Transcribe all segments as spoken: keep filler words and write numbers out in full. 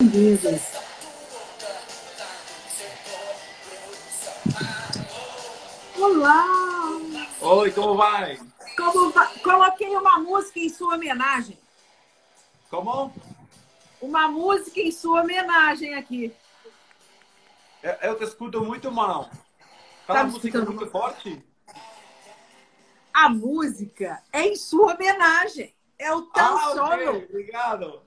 Bem-vindos. Olá! Oi, como vai? Como va... Coloquei uma música em sua homenagem. Como? Uma música em sua homenagem aqui. Eu, eu te escuto muito mal. Tá Fala a me música escutando? muito forte. A música é em sua homenagem. É o Tan Ah, ok. Solo. Obrigado.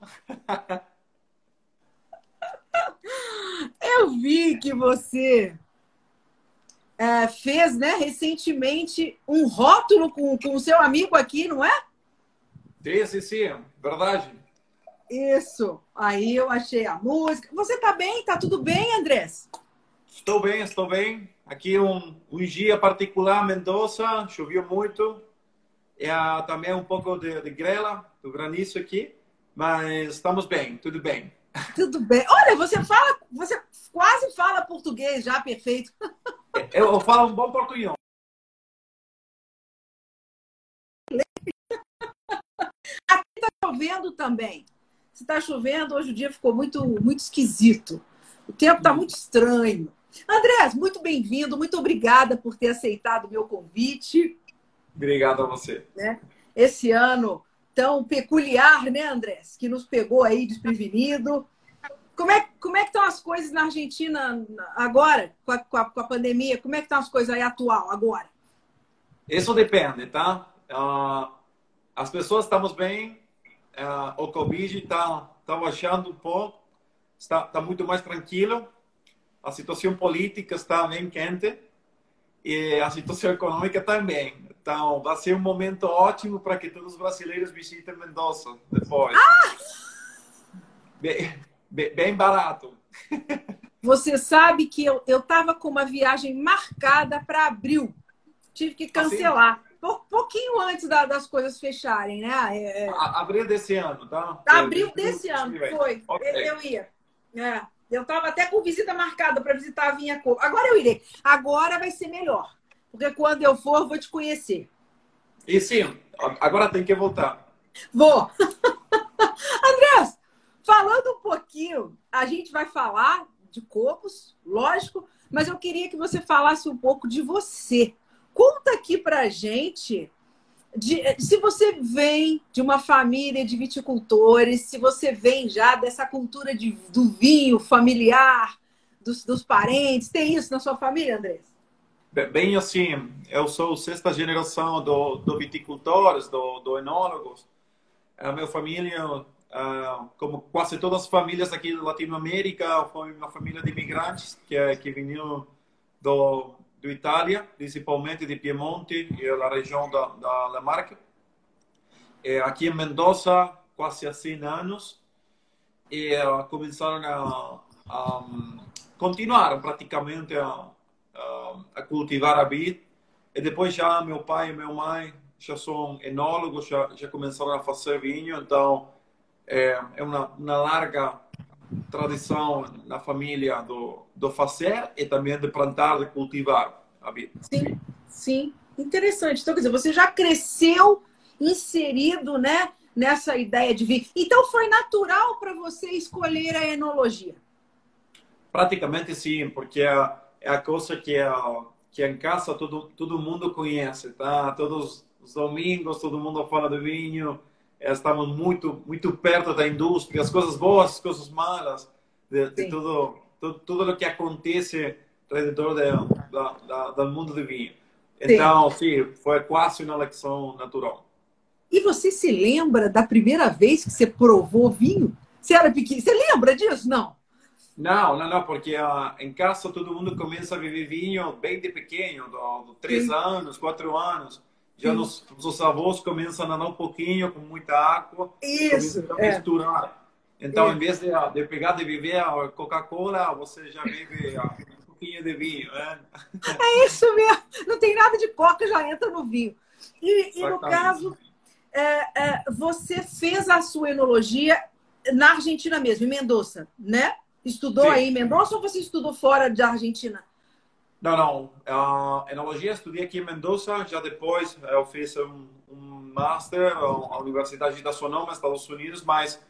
Eu vi que você é, fez, né, recentemente um rótulo com o seu amigo aqui, não é? Sim, sim, sim. Verdade. Isso. Aí eu achei a música. Você tá bem? Tá tudo bem, Andrés? Estou bem, estou bem. Aqui um, um dia particular, Mendoza. Choveu muito. E ah, também um pouco de, de grela, do granizo aqui. Mas estamos bem, tudo bem. Tudo bem. Olha, você fala, você quase fala português já, perfeito. Eu, eu falo um bom portunhol. Tá chovendo também. Se está chovendo, hoje o dia ficou muito, muito esquisito. O tempo está muito estranho. Andrés, muito bem-vindo, muito obrigada por ter aceitado o meu convite. Obrigado a você. Né? Esse ano tão peculiar, né, Andrés? Que nos pegou aí desprevenido. Como é, como é que estão as coisas na Argentina agora, com a, com a, com a pandemia? Como é que estão as coisas aí atual, agora? Isso depende, tá? Uh, as pessoas estamos bem. Uh, o Covid está tá baixando um pouco. Está, está muito mais tranquilo. A situação política está bem quente. E a situação econômica também. Então, vai ser um momento ótimo para que todos os brasileiros visitem Mendoza depois. Ah! Bem, bem, bem barato. Você sabe que eu estava com uma viagem marcada para abril. Tive que Assim, cancelar. Por, pouquinho antes da, das coisas fecharem, né? É, é... abril desse ano, tá? De, Abril de, desse ano, foi. okay. Eu ia. É. Eu estava até com visita marcada para visitar a Vinha Cor. Agora eu irei. Agora vai ser melhor. Porque quando eu for, eu vou te conhecer. E sim, agora tem que voltar. Vou. Andrés, falando um pouquinho, a gente vai falar de cocos, lógico, mas eu queria que você falasse um pouco de você. Conta aqui pra gente de, se você vem de uma família de viticultores, se você vem já dessa cultura de, do vinho familiar, dos, dos parentes. Tem isso na sua família, Andrés? Bem assim, eu sou sexta geração do, do viticultores, do, do enólogos. A minha família, uh, como quase todas as famílias aqui da Latinoamérica, foi uma família de imigrantes que, que vinham do, do Itália, principalmente de Piemonte e da região da, da Alemanha. E aqui em Mendoza, quase há cem anos, e uh, começaram a, a um, continuaram praticamente a, a, a cultivar a vid. E depois já meu pai e minha mãe já são enólogos, já, já começaram a fazer vinho, então é, é uma, uma larga tradição na família do, do fazer e também de plantar, de cultivar a vid. Sim, sim. Interessante. Então, quer dizer, você já cresceu inserido, né, nessa ideia de vir. Então, foi natural para você escolher a enologia? Praticamente sim, porque é, é a coisa que, é, que em casa todo, todo mundo conhece, tá? Todos os domingos todo mundo fala de vinho, estamos muito muito perto da indústria, as coisas boas, as coisas malas, de, de tudo, tudo, tudo o que acontece ao redor da, da, do mundo do vinho. Então, sim. sim, foi quase uma eleição natural. E você se lembra da primeira vez que você provou vinho? Você era pequeno. Você lembra disso? Não. Não, não, não, porque uh, em casa todo mundo começa a beber vinho bem de pequeno, do, do três anos, quatro anos. Já nos, os avós começam a dar um pouquinho com muita água e Isso, começam a é. misturar. Então, Isso. em vez de, de pegar de beber a Coca-Cola, você já bebe uh, um pouquinho de vinho, né? É isso mesmo. Não tem nada de coca, já entra no vinho. E, e no caso, é, é, você fez a sua enologia na Argentina mesmo, em Mendoza, né? Estudou Sim. aí em Mendoza ou você estudou fora da Argentina? Não, não. A enologia estudei aqui em Mendoza. Já depois eu fiz um, um master na Universidade da Sonoma, Estados Unidos. Mas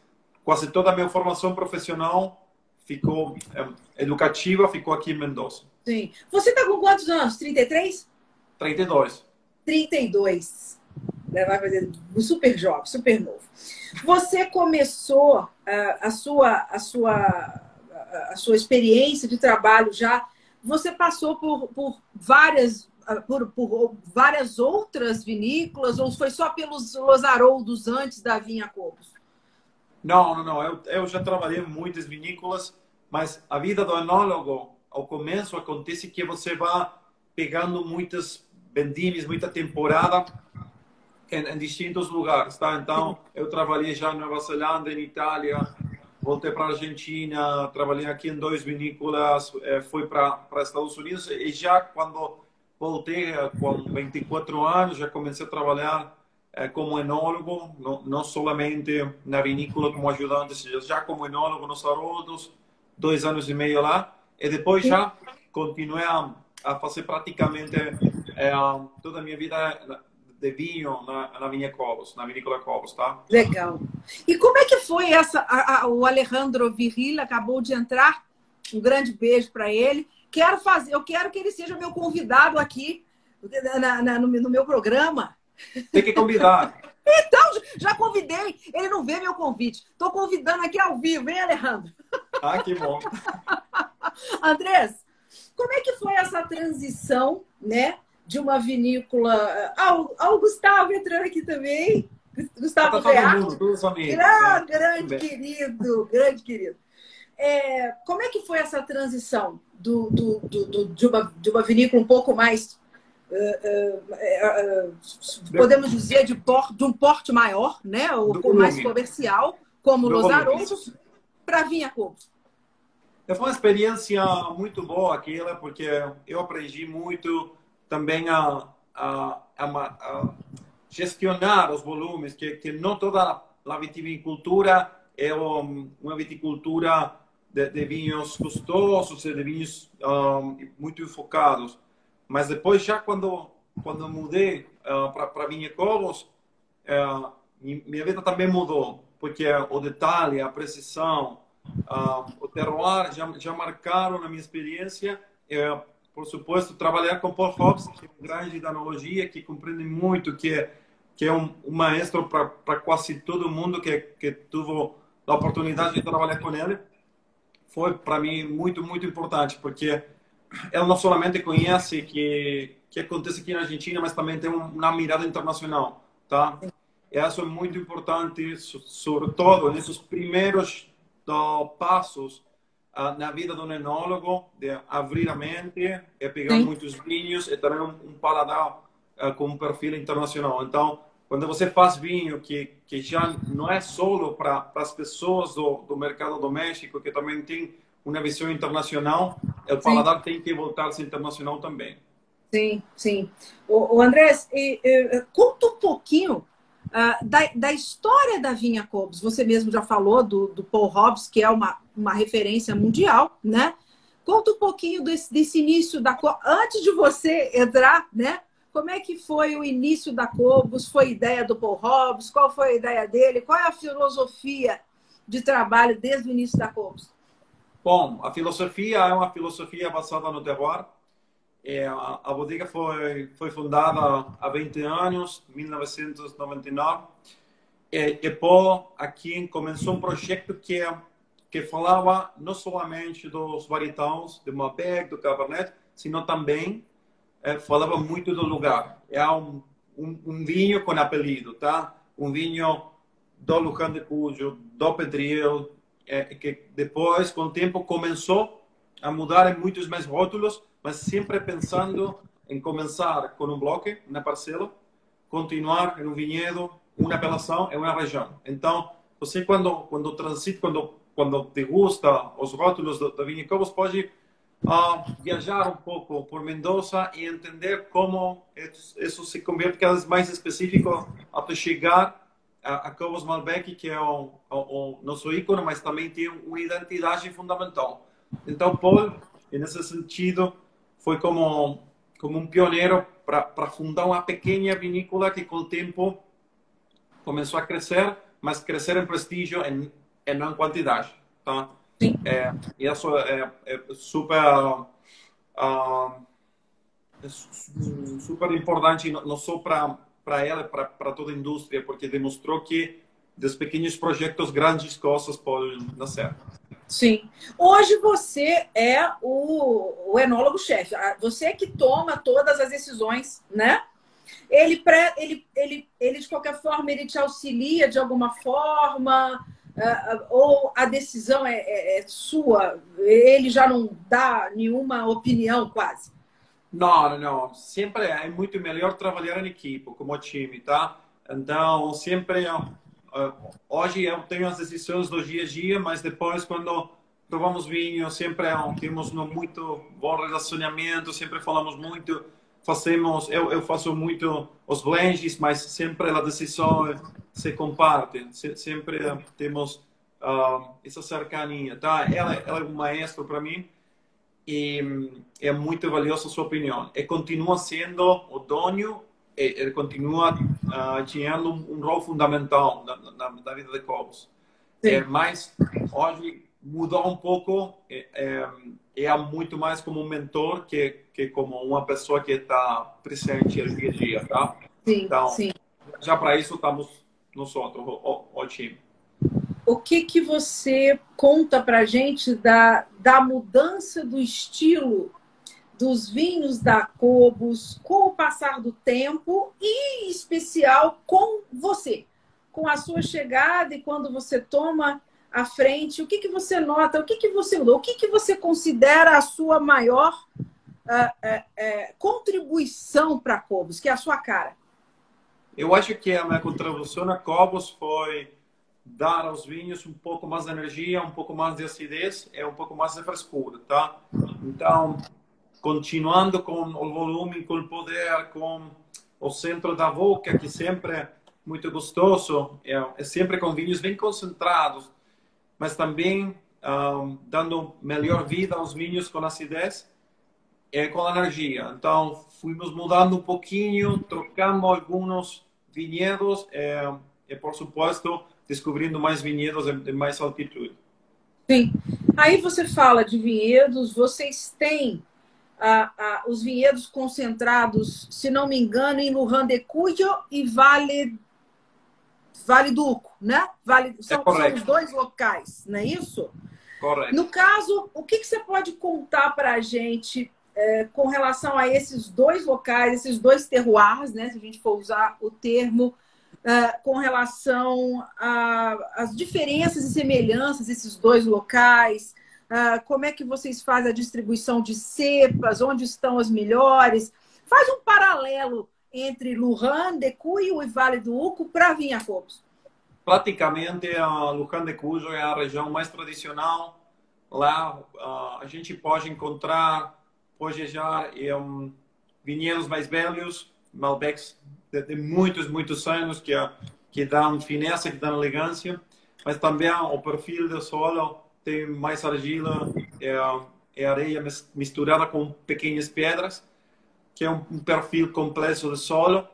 quase toda a minha formação profissional ficou, é, educativa, ficou aqui em Mendoza. Sim. Você está com quantos anos? trinta e três? trinta e dois. trinta e dois. Vai fazer um super jovem, super novo. Você começou uh, a, sua, a, sua, a sua experiência de trabalho já. Você passou por, por, várias, por, por várias outras vinícolas ou foi só pelos Los Haroldos antes da Vinha Cobos? Não, não, não. Eu, eu já trabalhei em muitas vinícolas, mas a vida do enólogo, ao começo, acontece que você vai pegando muitas vendívias, muita temporada em, em distintos lugares, tá? Então, eu trabalhei já em Nova Zelândia, em Itália, voltei para a Argentina, trabalhei aqui em duas vinícolas, fui para Estados Unidos e já quando voltei com vinte e quatro anos, já comecei a trabalhar eh, como enólogo, não, não somente na vinícola como ajudante, já como enólogo nos Haroldos, dois anos e meio lá, e depois já continuei a, a fazer praticamente eh, toda a minha vida de vinho na, na Vinha Cobos, na vinícola Cobos, tá? Legal. E como é que foi essa? A, a, o Alejandro Virril acabou de entrar. Um grande beijo para ele. Quero fazer, eu quero que ele seja meu convidado aqui na, na, no, no meu programa. Tem que convidar. Então, já convidei. Ele não vê meu convite. Estou convidando aqui ao vivo, hein, Alejandro? Ah, que bom. Andrés, como é que foi essa transição, né? De uma vinícola. Ah, o Gustavo entrando aqui também. Gustavo tá todo mundo, todos os amigos. Grande, né? grande querido, grande querido. É, como é que foi essa transição do, do, do, do, de, uma, de uma vinícola um pouco mais, uh, uh, uh, podemos dizer, de, por, de um porte maior, né? Ou do mais volume. Comercial, como Los Haroldos, para Vinha Cobos? Foi uma experiência muito boa aquela, porque eu aprendi muito também a, a, a, a gestionar os volumes, que, que não toda a vitivinicultura é uma viticultura de, de vinhos custosos e de vinhos um, muito enfocados. Mas depois, já quando, quando mudei uh, para Vinha Cobos, uh, minha vida também mudou, porque o detalhe, a precisão, uh, o terroir já, já marcaram na minha experiência. Uh, por supuesto, trabalhar com Paul Hobbs, que é um grande de enologia, que compreende muito, que é, que é um, um maestro para quase todo mundo que, que teve a oportunidade de trabalhar com ele. Foi, para mim, muito, muito importante, porque ele não somente conhece o que, que acontece aqui na Argentina, mas também tem uma mirada internacional, tá? E isso é muito importante, sobretudo nesses primeiros uh, passos uh, na vida de um enólogo, de abrir a mente, e pegar Sim. muitos vinhos e ter um, um paladar uh, com um perfil internacional. Então, quando você faz vinho que, que já não é só para as pessoas do, do mercado doméstico, que também tem uma visão internacional, o paladar sim. tem que voltar-se internacional também. Sim, sim. O, o Andrés, e, e, conta um pouquinho uh, da, da história da Vinha Cobos. Você mesmo já falou do, do Paul Hobbs, que é uma, uma referência mundial, né? Conta um pouquinho desse, desse início da... Antes de você entrar, né? Como é que foi o início da Cobos? Foi ideia do Paul Hobbs? Qual foi a ideia dele? Qual é a filosofia de trabalho desde o início da Cobos? Bom, a filosofia é uma filosofia basada no terroir. É, a, a bodega foi, foi fundada há vinte anos, mil novecentos e noventa e nove. E, e Paul aqui começou um projeto que, que falava não somente dos varietals, do Malbec, do Cabernet, sino também É, falava muito do lugar. É um, um, um vinho com apelido, tá? Um vinho do Lucan de Cuyo, do Pedriel, é, que depois, com o tempo, começou a mudar em muitos mais rótulos, mas sempre pensando em começar com um bloco, uma parcela, continuar em um vinhedo, uma apelação e uma região. Então, você quando quando transita, quando quando degusta os rótulos da Vinha Cobos, pode Uh, viajar um pouco por Mendoza e entender como isso se converte cada vez mais específico até chegar a, a Cobos Malbec, que é o, o, o nosso ícone, mas também tem uma identidade fundamental. Então, Paul, nesse sentido, foi como, como um pioneiro para fundar uma pequena vinícola que, com o tempo, começou a crescer, mas crescer em prestígio, em e não quantidade, tá? Sim. É, isso é, é super, uh, é super importante, não só para para ela, para toda a indústria, porque demonstrou que dos pequenos projetos grandes coisas podem nascer. Sim. Hoje você é o, o enólogo-chefe. Você é que toma todas as decisões, né? Ele, pré, ele, ele, ele, de qualquer forma, ele te auxilia de alguma forma, uh, ou a decisão é, é, é sua? Ele já não dá nenhuma opinião, quase? Não, não. Sempre é muito melhor trabalhar em equipe, como time, tá? Então, sempre... Hoje eu tenho as decisões do dia a dia, mas depois, quando provamos vinho, sempre temos um muito bom relacionamento, sempre falamos muito, fazemos, eu, eu faço muito os blends, mas sempre a decisão se comparte, sempre temos uh, essa cercania, tá? Ela, ela é um maestro para mim e é muito valiosa a sua opinião. E continua sendo o dono, ele continua uh, tinhando um, um rol fundamental na, na, na vida de Cobos. É, mas hoje mudou um pouco, é, é, é muito mais como um mentor que, que como uma pessoa que está presente no dia a dia, tá? Sim, então, sim. Já para isso estamos nós outros, o, o time. O que que você conta para a gente da, da mudança do estilo dos vinhos da Cobos com o passar do tempo e, em especial, com você? Com a sua chegada e quando você toma a frente, o que que você nota? O que que você mudou? O que que você considera a sua maior uh, uh, uh, contribuição para a Cobos, que é a sua cara? Eu acho que a minha contribuição a Cobos foi dar aos vinhos um pouco mais de energia, um pouco mais de acidez e um pouco mais de frescura, tá? Então, continuando com o volume, com o poder, com o centro da boca, que sempre é muito gostoso, é, é sempre com vinhos bem concentrados, mas também um, dando melhor vida aos vinhos com acidez e com energia. Então, fomos mudando um pouquinho, trocando alguns vinhedos e, e por supuesto, descobrindo mais vinhedos de mais altitude. Sim. Aí você fala de vinhedos, vocês têm ah, ah, os vinhedos concentrados, se não me engano, em Lujan de Cuyo e Vale, vale do Uco, né? Vale, são, é são os dois locais, não é isso? Correto. No caso, o que, que você pode contar para a gente é, com relação a esses dois locais, esses dois terroirs, né? Se a gente for usar o termo, Uh, com relação às diferenças e semelhanças desses dois locais, uh, como é que vocês fazem a distribuição de cepas, onde estão as melhores? Faz um paralelo entre Lujan de Cuyo e Vale do Uco para vir a Cobos. Praticamente, a Lujan de Cuyo é a região mais tradicional. Lá uh, a gente pode encontrar, pojejar um, vinhedos mais velhos, Malbecs de muitos, muitos anos, que, que dão fineza, que dão elegância, mas também o perfil do solo tem mais argila é, é areia misturada com pequenas pedras, que é um, um perfil complexo de solo,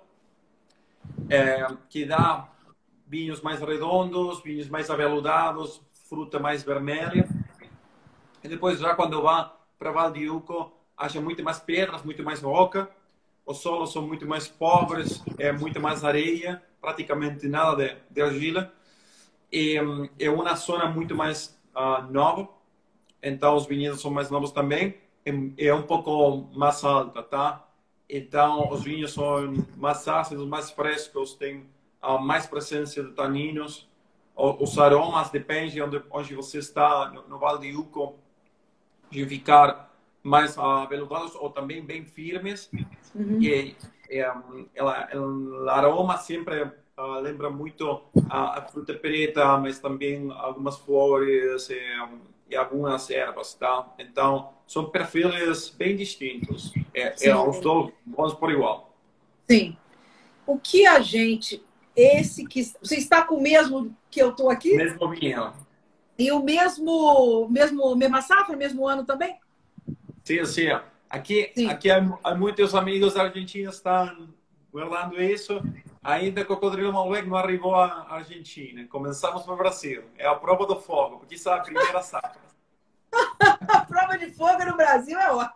é, que dá vinhos mais redondos, vinhos mais aveludados, fruta mais vermelha. E depois, já quando vá para Val di Uco, acha muito mais pedras, muito mais roca. Os solos são muito mais pobres, é muito mais areia, praticamente nada de, de argila. E é uma zona muito mais uh, nova, então os vinhedos são mais novos também. É, é um pouco mais alta, tá? Então os vinhos são mais ácidos, mais frescos, tem uh, mais presença de taninos. O, os aromas dependem onde, onde você está, no, no Val di Uco, de ficar mais aveludados ou também bem firmes. Uhum. E, e ela, o aroma sempre uh, lembra muito a, a fruta preta, mas também algumas flores e, e algumas ervas, tá? Então, são perfis bem distintos. É, é, os dois bons por igual. Sim. O que a gente... Esse que... Você está com o mesmo que eu estou aqui? Mesmo vinho. E o mesmo, mesmo... Mesma safra, mesmo ano também? Sim, sim. Aqui, Sim. aqui há, há muitos amigos argentinos que estão guardando isso. ainda Cocodrilo Malbec não arrivou à Argentina. Começamos no Brasil. É a prova do fogo, porque isso é a primeira safra. A prova de fogo no Brasil é ótimo.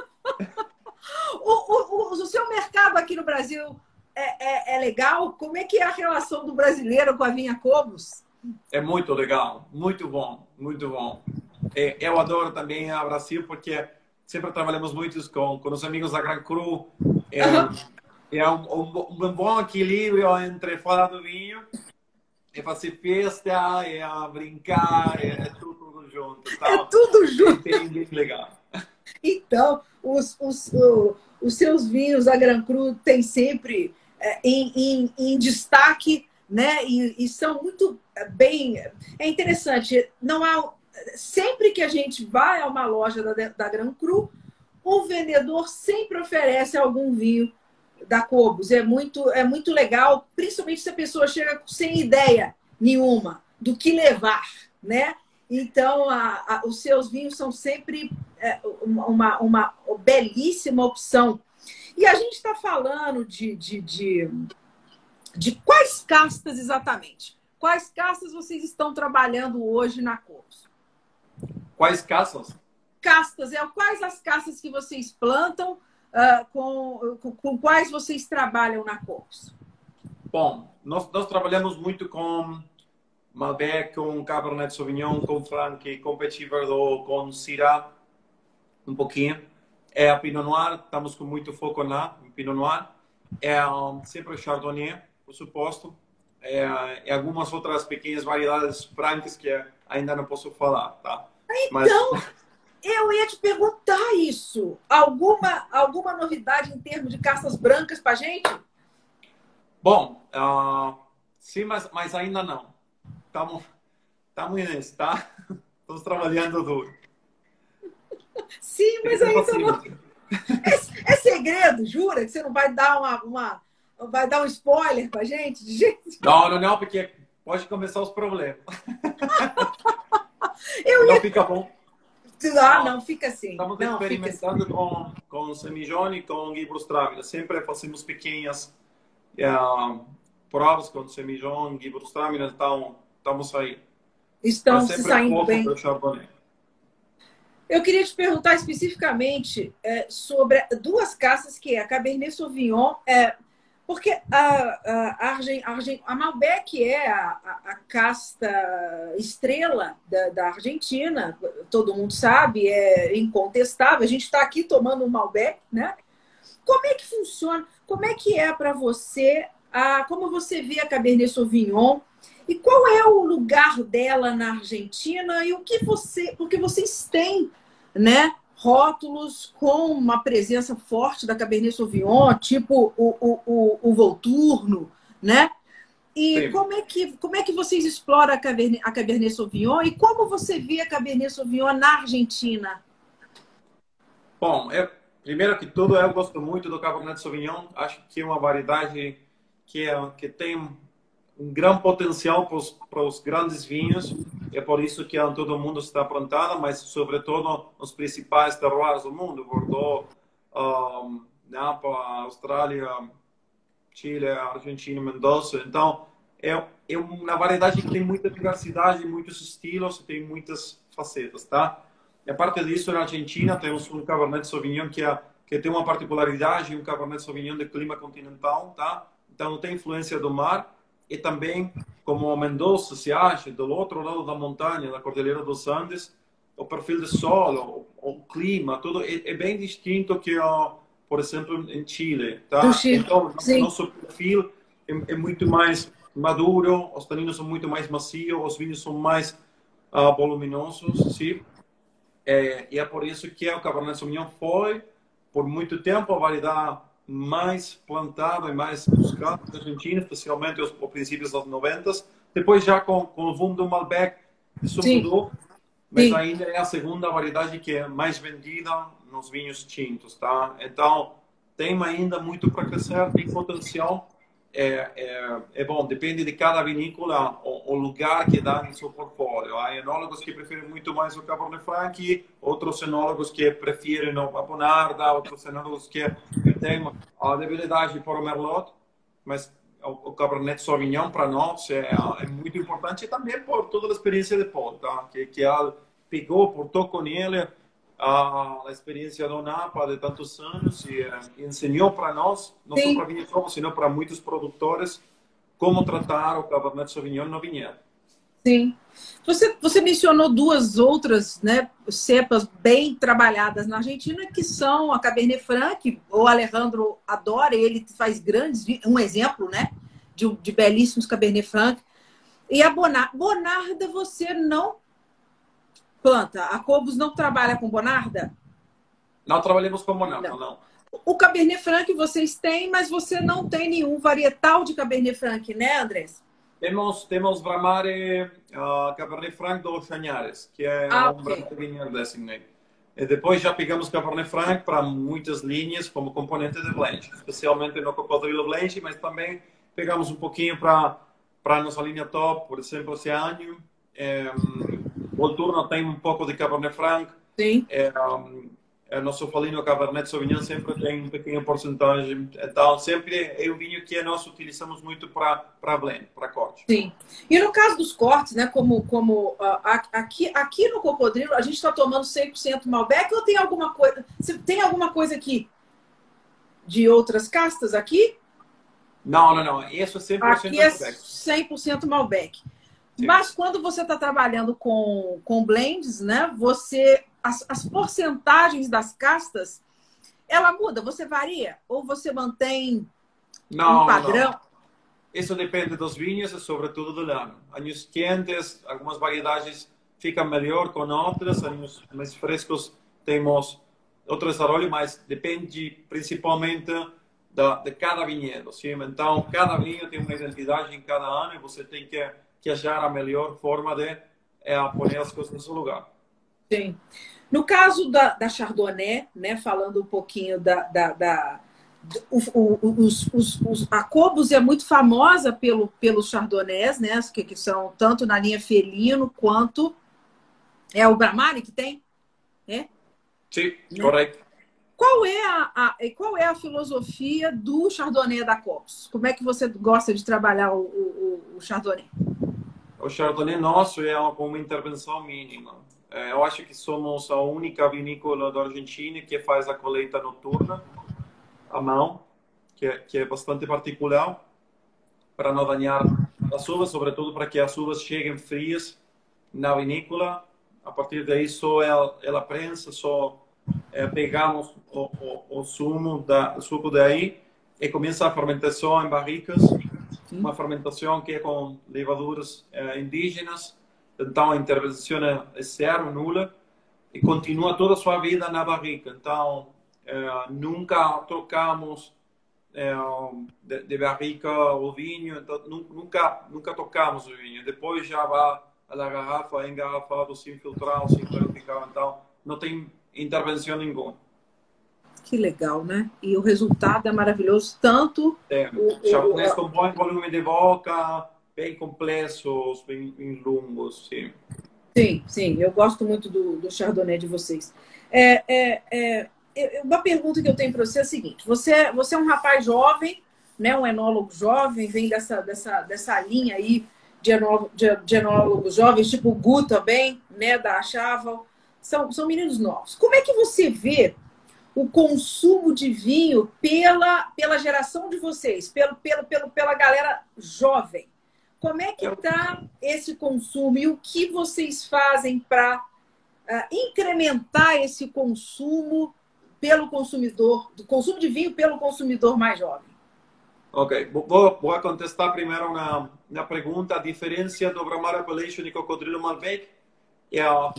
O, o, o, o seu mercado aqui no Brasil é, é, é legal? Como é que é a relação do brasileiro com a vinha Cobos? É muito legal, muito bom, muito bom. É, eu adoro também a Brasil porque sempre trabalhamos muito com, com os amigos da Gran Cru. É, uhum. é um, um, um bom equilíbrio entre falar do vinho e fazer festa, é brincar, é, é tudo junto. Tá? É tudo junto. É bem, bem legal. Então, os, os, os, os seus vinhos da Gran Cru têm sempre é, em, em, em destaque, né? E, e são muito bem... É interessante, não há... Sempre que a gente vai a uma loja da, da Gran Cru, o vendedor sempre oferece algum vinho da Cobos. É muito, é muito legal, principalmente se a pessoa chega sem ideia nenhuma do que levar, né? Então, a, a, os seus vinhos são sempre é, uma, uma belíssima opção. E a gente está falando de, de, de, de quais castas exatamente? Quais castas vocês estão trabalhando hoje na Cobos? Quais castas? Castas, é quais as castas que vocês plantam, uh, com, com, com quais vocês trabalham na Cobos? Bom, nós, nós trabalhamos muito com Malbec, com Cabernet Sauvignon, com Franc, com Petit Verdot, com Syrah, um pouquinho. É a Pinot Noir, estamos com muito foco lá, em Pinot Noir. É um, sempre o Chardonnay, por suposto. É, e algumas outras pequenas variedades francas que ainda não posso falar, tá? Então, Mas... eu ia te perguntar isso. Alguma, alguma novidade em termos de castas brancas para gente? Bom, uh, sim, mas, mas ainda não. Estamos nisso, tá? Estamos trabalhando duro. Sim, mas ainda não. É, é segredo, jura? Que você não vai dar uma, uma vai dar um spoiler pra gente? De gente? Não, não, não, porque pode começar os problemas. Eu não ia... fica bom. Ah, não, fica assim. Estamos não, experimentando assim. com, com Semillon e com Gewürztraminer. Sempre fazemos pequenas uh, provas com Semillon e Gewürztraminer, então estamos aí. Estão se saindo bem. Chardonnay. Eu queria te perguntar especificamente é, sobre duas castas que é a Cabernet Sauvignon, é, porque a, a, a, Argen, a Malbec é a, a, a casta estrela da, da Argentina, todo mundo sabe, é incontestável. A gente está aqui tomando um Malbec, né? Como é que funciona? Como é que é para você? A, como você vê a Cabernet Sauvignon? E qual é o lugar dela na Argentina? E o que você... Porque vocês têm, né, rótulos com uma presença forte da Cabernet Sauvignon, tipo o, o, o, o Volturno, né? E como é, que, como é que vocês exploram a Cabernet, a Cabernet Sauvignon? E como você vê a Cabernet Sauvignon na Argentina? Bom, eu, primeiro que tudo, eu gosto muito do Cabernet Sauvignon. Acho que é uma variedade que, é, que tem um grande potencial para os, para os grandes vinhos. É por isso que todo mundo está plantando, mas sobretudo os principais terroirs do mundo, Bordeaux, um, Napa, Austrália, Chile, Argentina, Mendoza. Então, é, é uma variedade que tem muita diversidade, muitos estilos, tem muitas facetas, tá? E a parte disso, na Argentina, temos um Cabernet Sauvignon que, é, que tem uma particularidade, um Cabernet Sauvignon de clima continental, tá? Então, não tem influência do mar. E também, como Mendoza se acha, do outro lado da montanha, da Cordilheira dos Andes, o perfil de solo, o, o clima, tudo é, é bem distinto que, ó, por exemplo, em Chile. Tá? Chile. Então, o nosso perfil é, é muito mais maduro, os taninos são muito mais macios, os vinhos são mais uh, voluminosos, sim? É, e é por isso que o Cabernet Sauvignon foi, por muito tempo, a variedade mais plantada e mais buscada na Argentina, especialmente aos, aos princípios dos noventas. Depois, já com, com o boom do Malbec, isso Sim. mudou, mas Sim. ainda é a segunda variedade que é mais vendida nos vinhos tintos, tá? Então, tem ainda muito para crescer, tem potencial. É, é, é bom, depende de cada vinícola o, o lugar que dá no seu portfólio. Há enólogos que preferem muito mais o Cabernet Franc, outros enólogos que preferem o Bonarda, outros enólogos que têm a debilidade por o Merlot, mas o, o Cabernet Sauvignon para nós é, é muito importante também por toda a experiência de Paul, tá? que, que ela pegou, portou com ele a, a experiência do Napa de tantos anos e, e ensinou para nós, não só para vinho, sino para muitos produtores, como tratar o Cabernet Sauvignon no vinhedo. Sim. Você, você mencionou duas outras, né, cepas bem trabalhadas na Argentina, que são a Cabernet Franc, o Alejandro adora, ele faz grandes, um exemplo, né, de, de belíssimos Cabernet Franc. E a Bonarda. Bonarda você não planta? A Cobos não trabalha com Bonarda? Não trabalhamos com Bonarda, não. não. O Cabernet Franc vocês têm, mas você não tem nenhum varietal de Cabernet Franc, né, Andrés? Temos, temos Bramare uh, Cabernet Franc do Chañares, que é ah, um okay. Brand Vineyard Designate. E depois já pegamos Cabernet Franc para muitas linhas como componente de blend, especialmente no Cocodrilo Blend, mas também pegamos um pouquinho para para nossa linha top, por exemplo, esse ano. É, o Volturno tem um pouco de Cabernet Franc. Sim. É, um, é, nosso falino Cabernet Sauvignon sempre tem um pequeno porcentagem. Então, sempre é um vinho que nós utilizamos muito para para blend, para corte. Sim. E no caso dos cortes, né, como, como uh, aqui, aqui no Cocodrilo, a gente está tomando cem por cento Malbec ou tem alguma coisa... Tem alguma coisa aqui de outras castas aqui? Não, não, não. Isso é cem por cento aqui é Malbec. cem por cento Malbec. Sim. Mas quando você está trabalhando com, com blends, né, você... As, as porcentagens das castas, ela muda? Você varia? Ou você mantém não, um padrão? Não. Isso depende dos vinhos e sobretudo do ano. Anos quentes, algumas variedades ficam melhor com outras. Anos mais frescos temos outros arolhos, mas depende principalmente da, de cada vinhedo. Sim? Então, cada vinho tem uma identidade em cada ano e você tem que, que achar a melhor forma de é, pôr as coisas no seu lugar. Sim. No caso da, da Chardonnay, né, falando um pouquinho da... da, da o, o, os, os, os, a Cobos é muito famosa pelo, pelos Chardonnays, né, que, que são tanto na linha Felino quanto... É o Bramari que tem? É? Sim, né? Correto. Qual é a, a, qual é a filosofia do Chardonnay da Cobos? Como é que você gosta de trabalhar o, o, o Chardonnay? O Chardonnay nosso é uma, uma intervenção mínima. Eu acho que somos a única vinícola da Argentina que faz a colheita noturna à mão, que é, que é bastante particular, para não danhar as uvas, sobretudo para que as uvas cheguem frias na vinícola. A partir daí, só ela, ela prensa, só é, pegamos o, o, o sumo da, o suco daí e começa a fermentação em barricas. Sim. Uma fermentação que é com levaduras é, indígenas. Então, a intervenção é zero, nula, e continua toda a sua vida na barrica. Então, é, nunca trocamos é, de, de barrica o vinho, então, nunca, nunca tocamos o vinho. Depois já vai à garrafa, engarrafado, sem filtrar, sem clarificar. Então, não tem intervenção nenhuma. Que legal, né? E o resultado é maravilhoso, tanto... É, o, japonês o, com bom volume de boca, bem complexos, bem, bem longos, sim. Sim, sim, eu gosto muito do, do Chardonnay de vocês. É, é, é, uma pergunta que eu tenho para você é a seguinte: você, você é um rapaz jovem, né, um enólogo jovem, vem dessa, dessa, dessa linha aí de, enó, de, de enólogos jovens, tipo o Gu também, né, da Achaval. São, são meninos novos. Como é que você vê o consumo de vinho pela, pela geração de vocês, pelo, pelo, pelo, pela galera jovem? Como é que está esse consumo e o que vocês fazem para uh, incrementar esse consumo pelo consumidor, do consumo de vinho pelo consumidor mais jovem? Ok, vou, vou contestar primeiro na, na pergunta. A diferença do Bramar Appellation e Cocodrilo Malbec é a,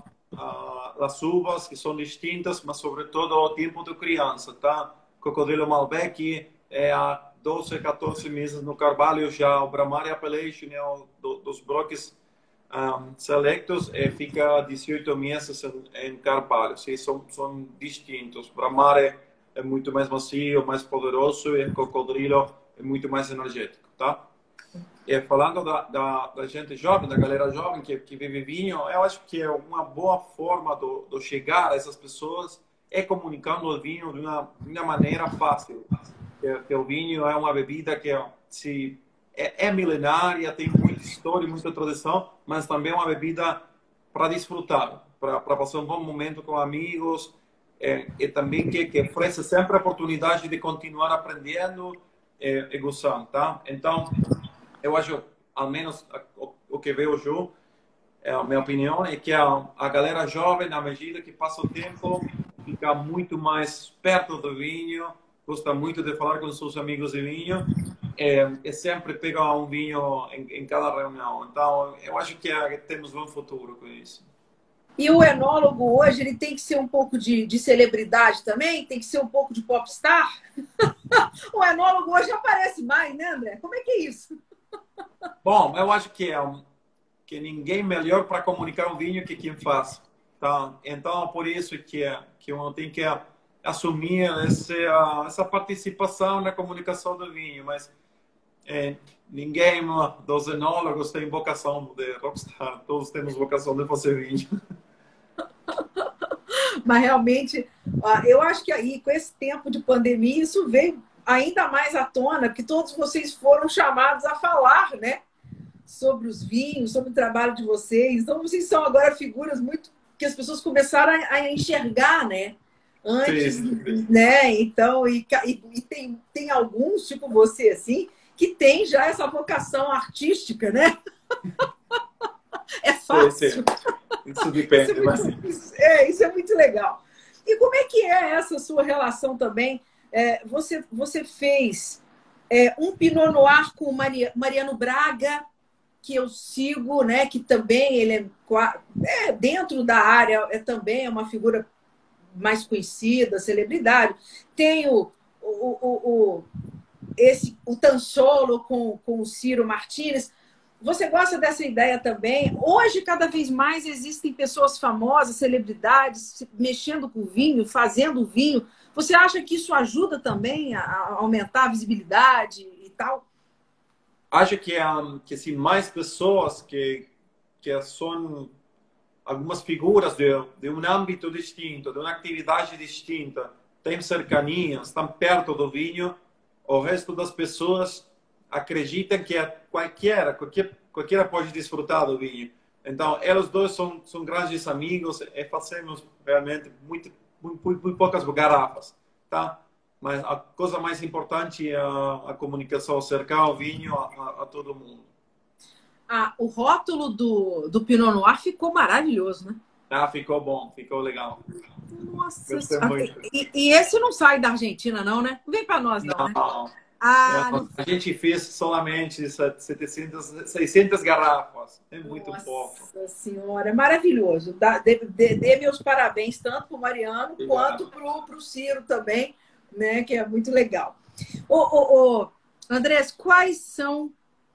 a, as uvas, que são distintas, mas sobretudo o tempo de criança, tá? Cocodrilo Malbec é a doze, quatorze meses no carvalho, já o Bramar Appellation é o do, dos bloques um, selectos e fica dezoito meses em, em carvalho. Sim, são, são distintos. O Bramar é, é muito mais macio, mais poderoso, e o Cocodrilo é muito mais energético, tá? E falando da, da, da gente jovem, da galera jovem que, que vive vinho, eu acho que é uma boa forma de, de chegar a essas pessoas é comunicando o vinho de uma, de uma maneira fácil. Que, que o vinho é uma bebida que se é, é milenária, tem muita história, muita tradição, mas também é uma bebida para desfrutar, para passar um bom momento com amigos, é, e também que, que oferece sempre a oportunidade de continuar aprendendo é, e gostando, tá? Então, eu acho, ao menos o, o que vejo, é, a minha opinião é que a, a galera jovem, na medida que passa o tempo, fica muito mais perto do vinho, gosta muito de falar com seus amigos de vinho, é, e sempre pega um vinho em, em cada reunião. Então, eu acho que é, temos um futuro com isso. E o enólogo hoje, ele tem que ser um pouco de, de celebridade também? Tem que ser um pouco de popstar? O enólogo hoje aparece mais, né, André? Como é que é isso? Bom, eu acho que, é, que ninguém melhor para comunicar um vinho que quem faz. Tá? Então, por isso que, que uno tem que assumir essa, essa participação na comunicação do vinho. Mas é, ninguém dos enólogos tem vocação de rockstar. Todos temos vocação de fazer vinho. Mas realmente, eu acho que aí, com esse tempo de pandemia, isso veio ainda mais à tona, porque todos vocês foram chamados a falar, né? Sobre os vinhos, sobre o trabalho de vocês. Então, vocês são agora figuras muito que as pessoas começaram a enxergar, né? Antes, sim, né? Então, e, e tem, tem alguns, tipo você, assim, que tem já essa vocação artística, né? É fácil. Sim, sim. Isso depende. Isso é, muito, isso, é, isso é muito legal. E como é que é essa sua relação também? É, você, você fez é, um Pinot Noir com Maria, Mariano Braga, que eu sigo, né? Que também ele é, é dentro da área, é também uma figura mais conhecida, celebridade. Tem o, o, o, o, esse, o Tansolo com, com o Ciro Martínez. Você gosta dessa ideia também? Hoje, cada vez mais, existem pessoas famosas, celebridades, mexendo com vinho, fazendo vinho. Você acha que isso ajuda também a aumentar a visibilidade e tal? Acho que, um, que assim, mais pessoas que, que são algumas figuras de, de um âmbito distinto, de uma atividade distinta, têm cercanias, estão perto do vinho, o resto das pessoas acreditam que qualquer, qualquer, qualquer pode desfrutar do vinho. Então, eles dois são, são grandes amigos e fazemos realmente muito, muito, muito poucas garrafas, tá? Mas a coisa mais importante é a, a comunicação, cercar o vinho a, a, a todo mundo. Ah, o rótulo do, do Pinot Noir ficou maravilhoso, né? Ah, ficou bom, ficou legal. Nossa, e, e esse não sai da Argentina, não, né? Não vem para nós, não, não, né? Ah, não. A gente fez solamente setecentas, seiscentas garrafas. É muito Nossa pouco. Nossa Senhora, é maravilhoso. Dê, dê, dê meus parabéns tanto para o Mariano quanto para o Ciro também, né? Que é muito legal. Ô, ô, ô, Andrés, quais são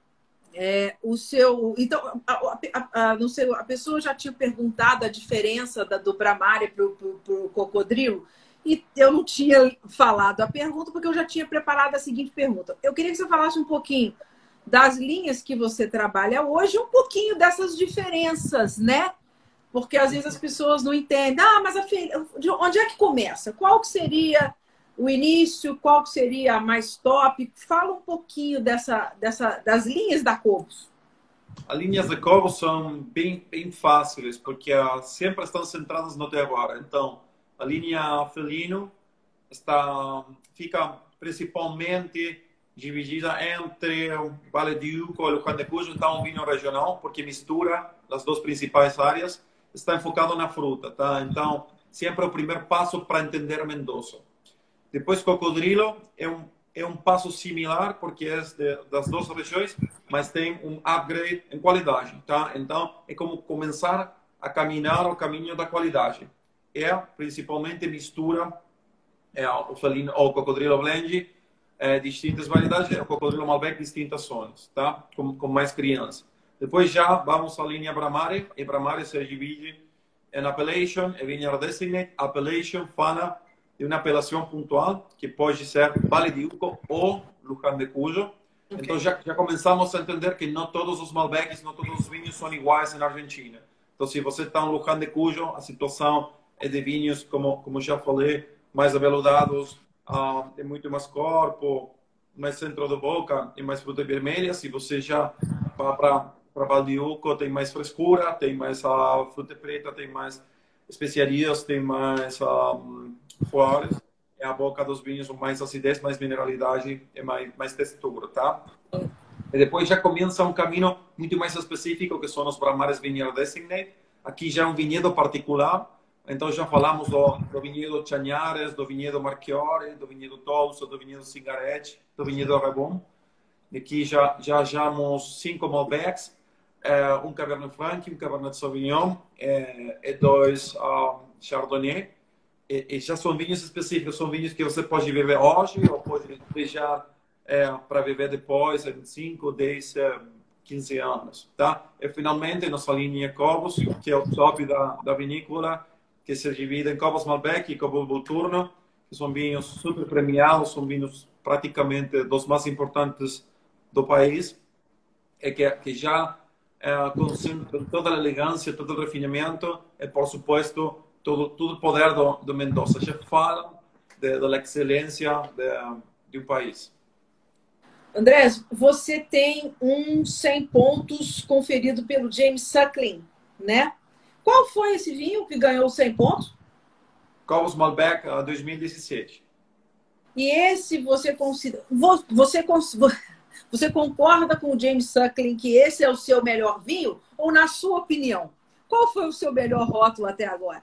é, o seu... Então, a, a, a, não sei, a pessoa já tinha perguntado a diferença da, do Brahmari para o Cocodrilo. E eu não tinha falado a pergunta, porque eu já tinha preparado a seguinte pergunta. Eu queria que você falasse um pouquinho das linhas que você trabalha hoje, um pouquinho dessas diferenças, né? Porque às vezes as pessoas não entendem. Ah, mas a filha, de onde é que começa? Qual que seria o início? Qual que seria a mais top? Fala um pouquinho dessa, dessa, das linhas da Cobos. As linhas da Cobos são bem, bem fáceis, porque sempre estão centradas no terroir. Então, a linha Felino está, fica principalmente dividida entre o Vale de Uco e o Juan de Cuyo, então um vinho regional, porque mistura as duas principais áreas, está enfocado na fruta, tá? Então, sempre o primeiro passo para entender Mendoza. Depois, Cocodrilo é um, é um passo similar, porque é de, das duas regiões, mas tem um upgrade em qualidade, tá? Então, é como começar a caminhar o caminho da qualidade. É principalmente mistura é, o felino ou o Cocodrilo blend, é, distintas variedades, o Cocodrilo Malbec, distintas zonas, tá? Com, com mais crianças. Depois já vamos à linha Brahmari, e Brahmari se divide em Appellation e Vineyard Designate. Appellation fala de uma apelação pontual, que pode ser Vale de Uco ou Luján de Cuyo. Okay. Então já, já começamos a entender que não todos os Malbecs, não todos os vinhos são iguais na Argentina. Então, se você está em Luján de Cuyo, a situação é de vinhos, como, como já falei, mais aveludados, uh, tem muito mais corpo, mais centro da boca e mais fruta vermelha. Se você já vai para Val di Uco, tem mais frescura, tem mais a fruta preta, tem mais especiarias, tem mais um, flores. É a boca dos vinhos com mais acidez, mais mineralidade e mais, mais textura, tá? E depois já começa um caminho muito mais específico, que são os Brahmares Vineyard Designate. Aqui já é um vinhedo particular. Então já falamos do, do vinhedo Chañares, do vinhedo Marchiori, do vinhedo Tolso, do vinhedo Singaretti, do vinhedo Rebon. Aqui já já achamos cinco Malbecs, é, um Cabernet Franc, um Cabernet Sauvignon é, e dois um, Chardonnay. E, e já são vinhos específicos, são vinhos que você pode beber hoje ou pode deixar é, para beber depois, em cinco, dez, quinze anos. Tá? E finalmente, nossa linha Cobos, que é o top da, da vinícola, que se divide em Cobos Malbec e Cobos Volturno, que são vinhos super premiados, são vinhos praticamente dos mais importantes do país, e que, que já é, concentram toda a elegância, todo o refinamento e, por supuesto, todo, todo o poder do, do Mendoza. Já falam da excelência de, de um país. Andrés, você tem um cem pontos conferido pelo James Suckling, né? Qual foi esse vinho que ganhou cem pontos? Cobos Malbec dois mil e dezessete. E esse você considera... Você, você concorda com o James Suckling que esse é o seu melhor vinho? Ou, na sua opinião, qual foi o seu melhor rótulo até agora?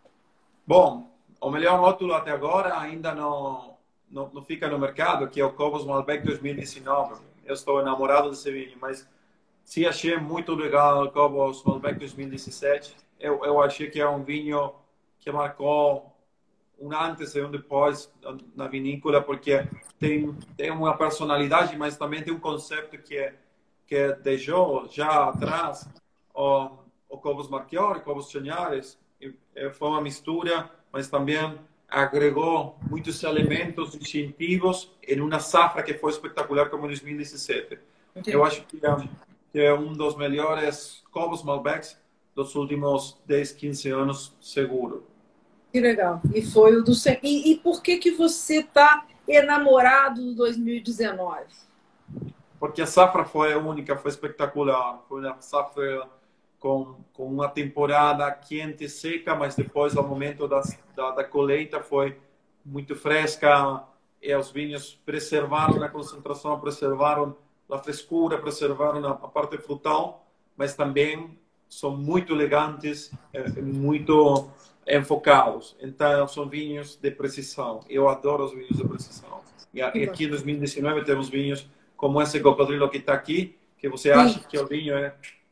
Bom, o melhor rótulo até agora ainda não... Não, não fica no mercado, que é o Cobos Malbec dois mil e dezenove. Eu estou enamorado desse vinho, mas sim achei muito legal o Cobos Malbec dois mil e dezessete. Eu, eu achei que é um vinho que marcou um antes e um depois na vinícola, porque tem, tem uma personalidade, mas também tem um conceito que, que deixou já atrás o, o Cobos Marchiori, Cobos Chañares. Foi uma mistura, mas também agregou muitos elementos distintivos em uma safra que foi espetacular como dois mil e dezessete. Okay. Eu acho que é, que é um dos melhores Cobos Malbecs dos últimos dez, quinze anos, seguro. Que legal. E foi o do e, e por que que você está enamorado do dois mil e dezenove? Porque a safra foi única, foi espetacular. Foi uma safra Com, com uma temporada quente e seca, mas depois, ao momento da, da, da colheita, foi muito fresca e os vinhos preservaram a concentração, preservaram a frescura, preservaram a, a parte frutal, mas também são muito elegantes e muito enfocados. Então, são vinhos de precisão. Eu adoro os vinhos de precisão. E aqui em dois mil e dezenove temos vinhos como esse cocodrilo que está aqui, que você acha que o vinho é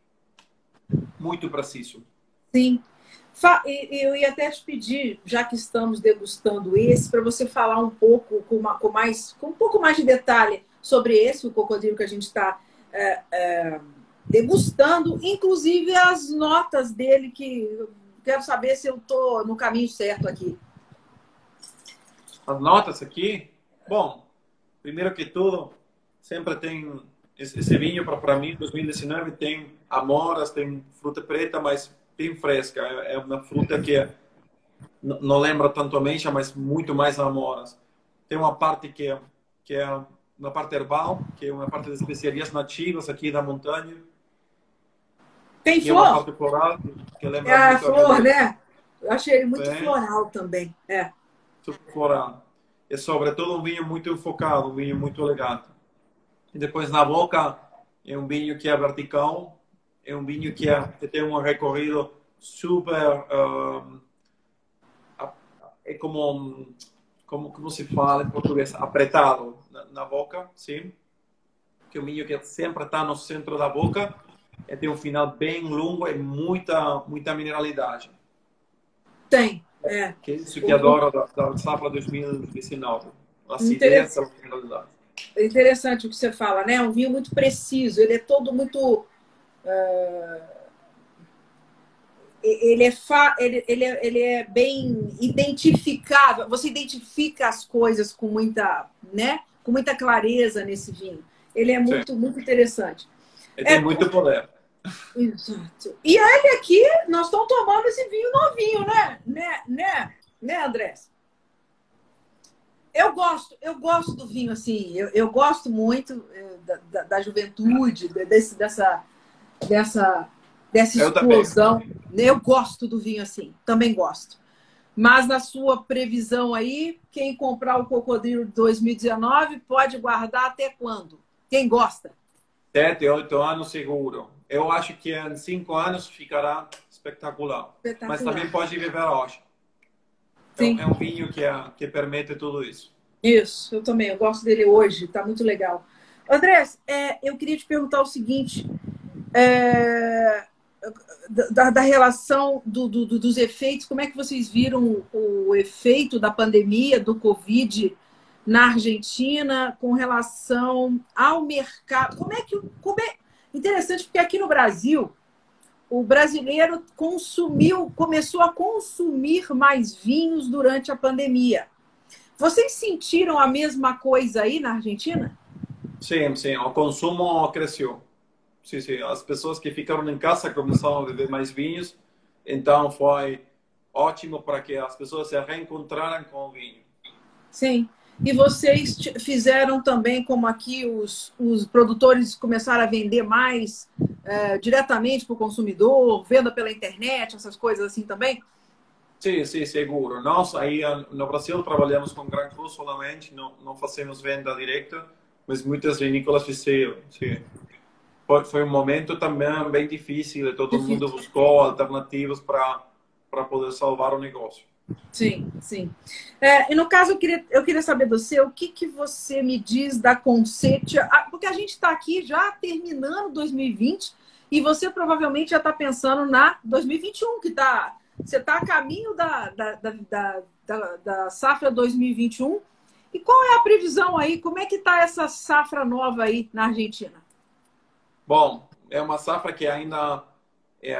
muito preciso. Sim. Eu ia até te pedir, já que estamos degustando esse, para você falar um pouco com, uma, com, mais, com um pouco mais de detalhe sobre esse, o cocodrilo que a gente está é, é, degustando, inclusive as notas dele, que eu quero saber se eu estou no caminho certo aqui. As notas aqui? Bom, primeiro que tudo, sempre tem... Esse vinho, para mim, dois mil e dezenove, tem amoras, tem fruta preta, mas bem fresca. É uma fruta que não lembra tanto ameixa, mas muito mais amoras. Tem uma parte que é, que é uma parte herbal, que é uma parte de especiarias nativas aqui da montanha. Tem e flor? Uma parte floral, que lembra é, muito flor, a né? Eu achei ele muito é. floral também. É. Super floral. É sobretudo um vinho muito enfocado, um vinho muito elegante. E depois na boca é um vinho que é vertical, é um vinho que, é, que tem um recorrido super um, é como como como se fala em português, apertado na, na boca, sim. Que é um vinho que sempre está no centro da boca e tem um final bem longo e muita muita mineralidade. Tem, é. Que é isso que adoro da, da safra dois mil e dezenove, a acidez e a mineralidade. É interessante o que você fala, né? É um vinho muito preciso, ele é todo muito... Uh, ele, é fa, ele, ele, é, ele é bem identificável, você identifica as coisas com muita, né? Com muita clareza nesse vinho. Ele é muito, muito interessante. Ele tem é, muito poder. Exato. E ele aqui, nós estamos tomando esse vinho novinho, né? Né, né, né Andrés? Eu gosto, eu gosto do vinho, assim, eu, eu gosto muito eh, da, da, da juventude, desse, dessa, dessa, dessa Eu também. explosão. Eu gosto do vinho assim, também gosto. Mas na sua previsão aí, quem comprar o Cocodrilo de dois mil e dezenove pode guardar até quando? Quem gosta? Sete, oito anos seguro. Eu acho que em cinco anos ficará espetacular. Espetacular. Mas também pode viver hoje. É um, Sim. é um vinho que, é, que permite tudo isso. Isso, eu também. Eu gosto dele hoje, tá muito legal. Andrés, é, eu queria te perguntar o seguinte: é, da, da relação do, do, dos efeitos, como é que vocês viram o, o efeito da pandemia, do Covid na Argentina com relação ao mercado? Como é que. Como é, interessante, porque aqui no Brasil, o brasileiro consumiu, começou a consumir mais vinhos durante a pandemia. Vocês sentiram a mesma coisa aí na Argentina? Sim, sim. O consumo cresceu. Sim, sim. As pessoas que ficaram em casa começaram a beber mais vinhos. Então, foi ótimo para que as pessoas se reencontraram com o vinho. Sim. E vocês fizeram também, como aqui os, os produtores começaram a vender mais é, diretamente para o consumidor, venda pela internet, essas coisas assim também? Sim, sim, seguro. Nós aí no Brasil trabalhamos com Gran Cru solamente, não, não fazemos venda direta, mas muitas vinícolas fizeram. Sim. Foi, foi um momento também bem difícil, todo Difícil. mundo buscou alternativas para para poder salvar o negócio. Sim, sim. É, e no caso, eu queria, eu queria saber do seu, o que, que você me diz da Concetia? Porque a gente está aqui já terminando dois mil e vinte e você provavelmente já está pensando na dois mil e vinte e um, que tá, você está a caminho da, da, da, da, da, da safra dois mil e vinte e um. E qual é a previsão aí? Como é que está essa safra nova aí na Argentina? Bom, é uma safra que ainda é,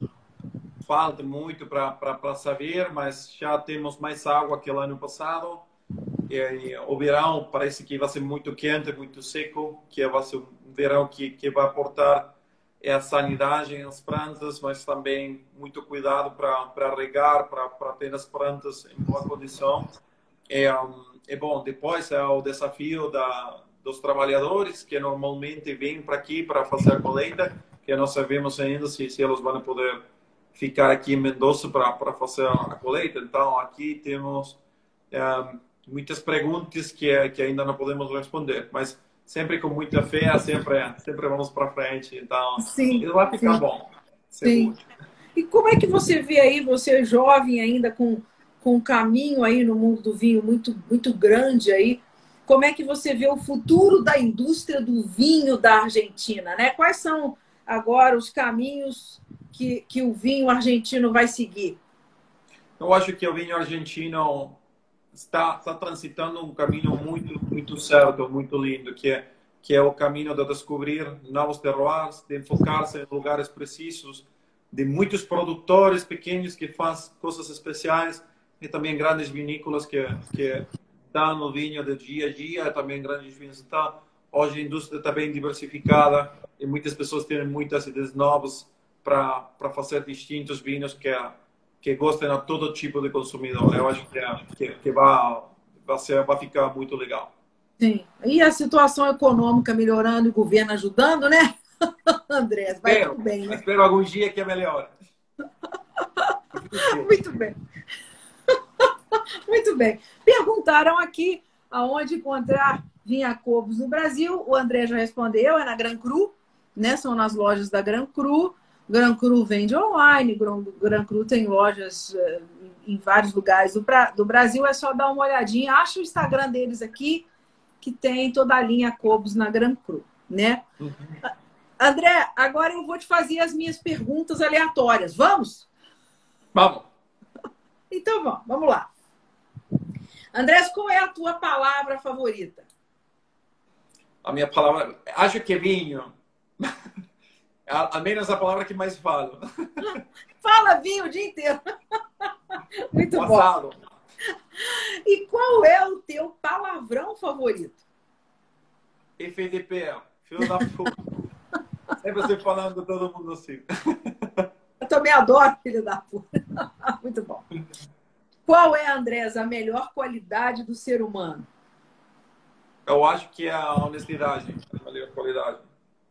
falta muito para saber, mas já temos mais água que o ano passado. E, e, o verão parece que vai ser muito quente, muito seco, que vai ser um verão que, que vai aportar é, a sanidade às plantas, mas também muito cuidado para regar, para ter as plantas em boa condição. É, um, é bom, depois é o desafio da, dos trabalhadores que normalmente vêm para aqui para fazer a colheita, que nós sabemos ainda se, se eles vão poder ficar aqui em Mendoza para fazer a colheita. Então, aqui temos um, muitas perguntas que, que ainda não podemos responder, mas sempre com muita fé, sempre, sempre vamos para frente. Então, Sim, isso vai ficar sim, bom, sim. seguro. E como é que você vê aí, você jovem ainda, com, com um caminho aí no mundo do vinho muito, muito grande aí, como é que você vê o futuro da indústria do vinho da Argentina, né? Quais são agora os caminhos que, que o vinho argentino vai seguir? Eu acho que o vinho argentino está, está transitando um caminho muito, muito certo, muito lindo, que é, que é o caminho de descobrir novos terroirs, de enfocar-se em lugares precisos, de muitos produtores pequenos que fazem coisas especiais e também grandes vinícolas que, que dão o vinho do dia a dia, também grandes vinhos. Então, hoje a indústria está bem diversificada e muitas pessoas têm muitas ideias novas para fazer distintos vinhos que que gostem a todo tipo de consumidor. Eu acho que, que, que vai, vai, ser, vai ficar muito legal. Sim. E a situação econômica melhorando e o governo ajudando, né? Andrés, vai Espero, tudo bem, né? espero algum dia que é melhor. Muito bem. Muito bem. Perguntaram aqui aonde encontrar vinha-cobos no Brasil. O André já respondeu, é na Gran Cru, né? São nas lojas da Gran Cru. Gran Cru vende online, Gran Cru tem lojas em vários lugares do Brasil. É só dar uma olhadinha. Acha o Instagram deles aqui, que tem toda a linha Cobos na Gran Cru, né? Uhum. André, agora eu vou te fazer as minhas perguntas aleatórias. Vamos? Vamos. Então, vamos, vamos lá. Andrés, qual é a tua palavra favorita? A minha palavra... Acho que vinho. A, a menos a palavra que mais falo. Fala vinho o dia inteiro. Muito Passado. Bom. E qual é o teu palavrão favorito? F D P, filho da puta. Sempre você falando todo mundo assim. Eu também adoro filho da puta. Muito bom. Qual é, Andrés, a melhor qualidade do ser humano? Eu acho que é a honestidade, a melhor qualidade.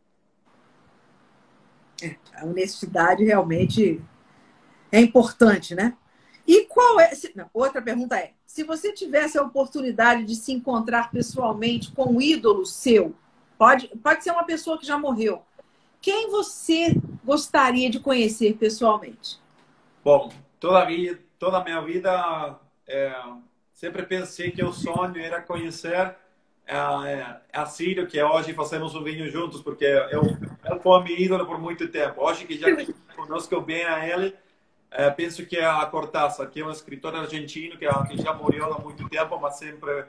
A honestidade realmente é importante, né? E qual é... Se, não, outra pergunta é, se você tivesse a oportunidade de se encontrar pessoalmente com um ídolo seu, pode, pode ser uma pessoa que já morreu, quem você gostaria de conhecer pessoalmente? Bom, toda a, vida, toda a minha vida é, sempre pensei que o sonho era conhecer a, a Círio, que hoje fazemos um vinho juntos, porque eu, eu foi meu ídolo por muito tempo. Hoje que já conosco bem a ele, é, penso que é a Cortázar, que é um escritor argentino que, que já morreu há muito tempo, mas sempre...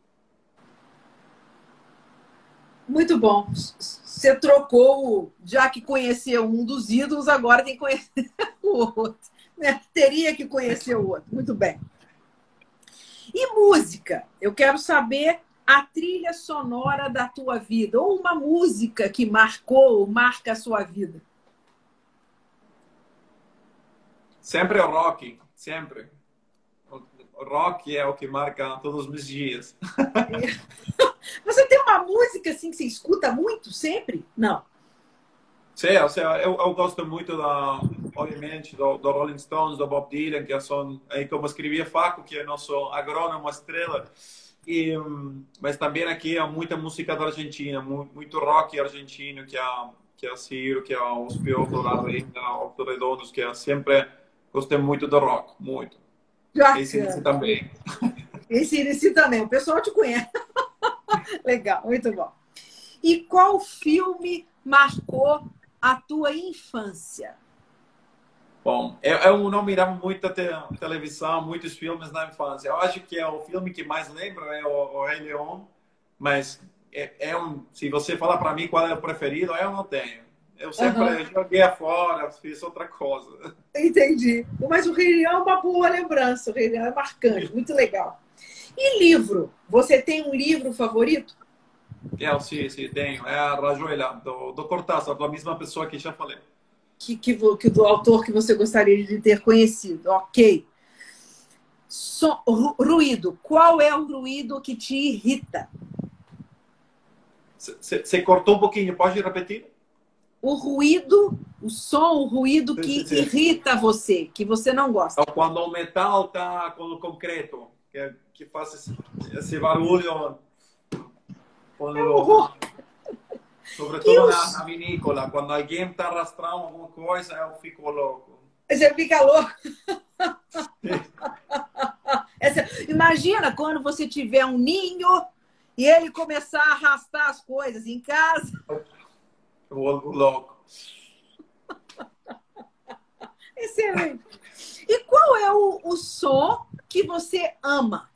Muito bom. Você trocou, já que conheceu um dos ídolos, agora tem que conhecer o outro. Né? Teria que conhecer o outro. Muito bem. E música? Eu quero saber a trilha sonora da tua vida, ou uma música que marcou, marca a sua vida. Sempre o rock, sempre. O rock é o que marca todos os meus dias. Você tem uma música assim que você escuta muito, sempre? Não. Sim, ou seja, eu, eu gosto muito, da, obviamente, do, do Rolling Stones, do Bob Dylan, que são, aí como escrevia Faco, que é nosso agrônomo, estrela, e, mas também aqui há muita música da Argentina, muito rock argentino, que é, que é Ciro, que é os Piojos, La Renga, os Redondos, que é sempre gostei muito do rock, muito. Esse, esse também. Esse, esse também, o pessoal te conhece. Legal, muito bom. E qual filme marcou a tua infância? Bom, eu, eu não mirava muita te, televisão, muitos filmes na infância. Eu acho que é o filme que mais lembro é o, o Rei Leão, mas é, é um, se você falar para mim qual é o preferido, eu não tenho. Eu sempre uhum. joguei afora, fiz outra coisa. Entendi. Mas o Rei Leão é uma boa lembrança. O Rei Leão é marcante, muito legal. E livro? Você tem um livro favorito? Eu, sim, sim, tenho. É a Rayuela, do, do Cortázar, da mesma pessoa que já falei. Que, que, que do autor que você gostaria de ter conhecido. Ok. Som, ruído. Qual é o ruído que te irrita? Você cortou um pouquinho, pode repetir? O ruído, o som, o ruído sim, que sim, sim. irrita você, que você não gosta. Quando o metal está com o concreto, que, que faz esse, esse barulho. Quando, é um horror. Sobretudo na, na vinícola, quando alguém está arrastando alguma coisa, eu fico louco. Você fica louco? Essa, imagina quando você tiver um ninho e ele começar a arrastar as coisas em casa. Eu vou louco. Excelente. E qual é o, o som que você ama?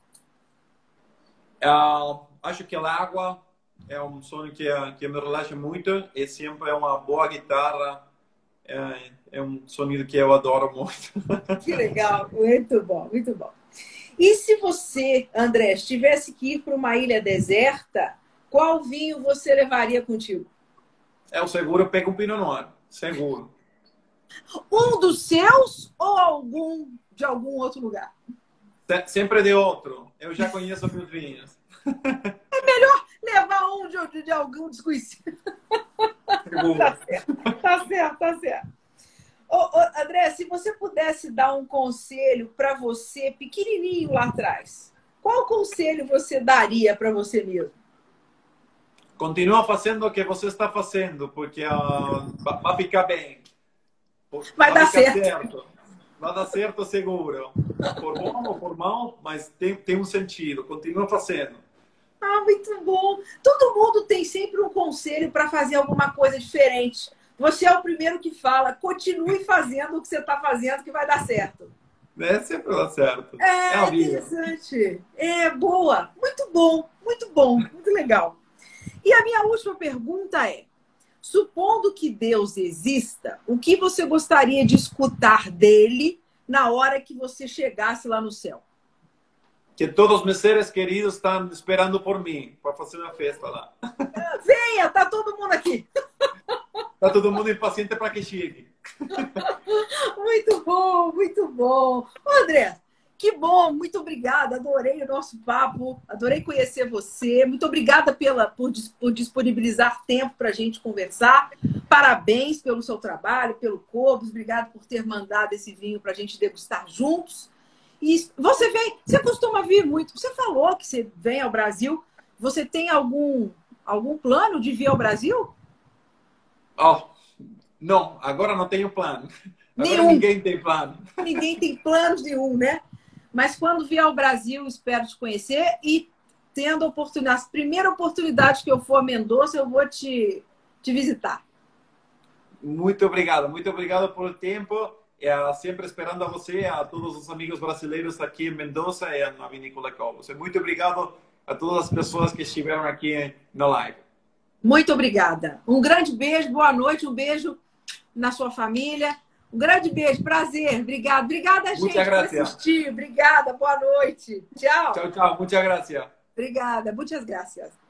Uh, acho que a água é um som que, que me relaxa muito e sempre é uma boa guitarra. É, é um sonido que eu adoro muito. Que legal, muito bom, muito bom. E se você, André, tivesse que ir para uma ilha deserta, qual vinho você levaria contigo? É o seguro, pega um Pinot Noir, seguro. Um dos seus ou algum de algum outro lugar? Sempre de outro. Eu já conheço meus vinhos. É melhor levar um de, de algum desconhecido. Tá certo, tá certo, tá certo. Ô, ô, André, se você pudesse dar um conselho para você, pequenininho lá atrás, qual conselho você daria para você mesmo? Continua fazendo o que você está fazendo, porque uh, vai ficar bem. Vai, vai dar certo. certo. Vai dar certo, seguro. Por bom ou por mal, mas tem, tem um sentido. Continua fazendo. Ah, muito bom. Todo mundo tem sempre um conselho para fazer alguma coisa diferente. Você é o primeiro que fala, continue fazendo o que você está fazendo que vai dar certo. É, sempre dá certo. É, é interessante. É, boa. Muito bom, muito bom, muito legal. E a minha última pergunta é, supondo que Deus exista, o que você gostaria de escutar dele na hora que você chegasse lá no céu? Que todos os meus seres queridos estão esperando por mim, para fazer uma festa lá. Venha, tá todo mundo aqui. Tá todo mundo impaciente para que chegue. Muito bom, muito bom. Ô, André, Que bom, muito obrigada. Adorei o nosso papo, adorei conhecer você. Muito obrigada pela, por, por disponibilizar tempo para a gente conversar. Parabéns pelo seu trabalho, pelo Cobos. Obrigada por ter mandado esse vinho para a gente degustar juntos. E você vem, você costuma vir muito. Você falou que você vem ao Brasil. Você tem algum, algum plano de vir ao Brasil? Oh, não, agora não tenho plano. Agora Nenhum. ninguém tem plano. Ninguém tem planos nenhum, né? Mas quando vier ao Brasil, espero te conhecer e tendo a oportunidade, a primeira oportunidade que eu for a Mendoza, eu vou te, te visitar. Muito obrigado, muito obrigado por o tempo. É, sempre esperando a você, a todos os amigos brasileiros aqui em Mendoza e na Vinícola Cobos. Muito obrigado a todas as pessoas que estiveram aqui na live. Muito obrigada. Um grande beijo, boa noite, um beijo na sua família. Um grande beijo, prazer, obrigada. Obrigada, gente, por assistir. Obrigada, boa noite. Tchau. Tchau, tchau. Muchas gracias. Obrigada, muitas graças.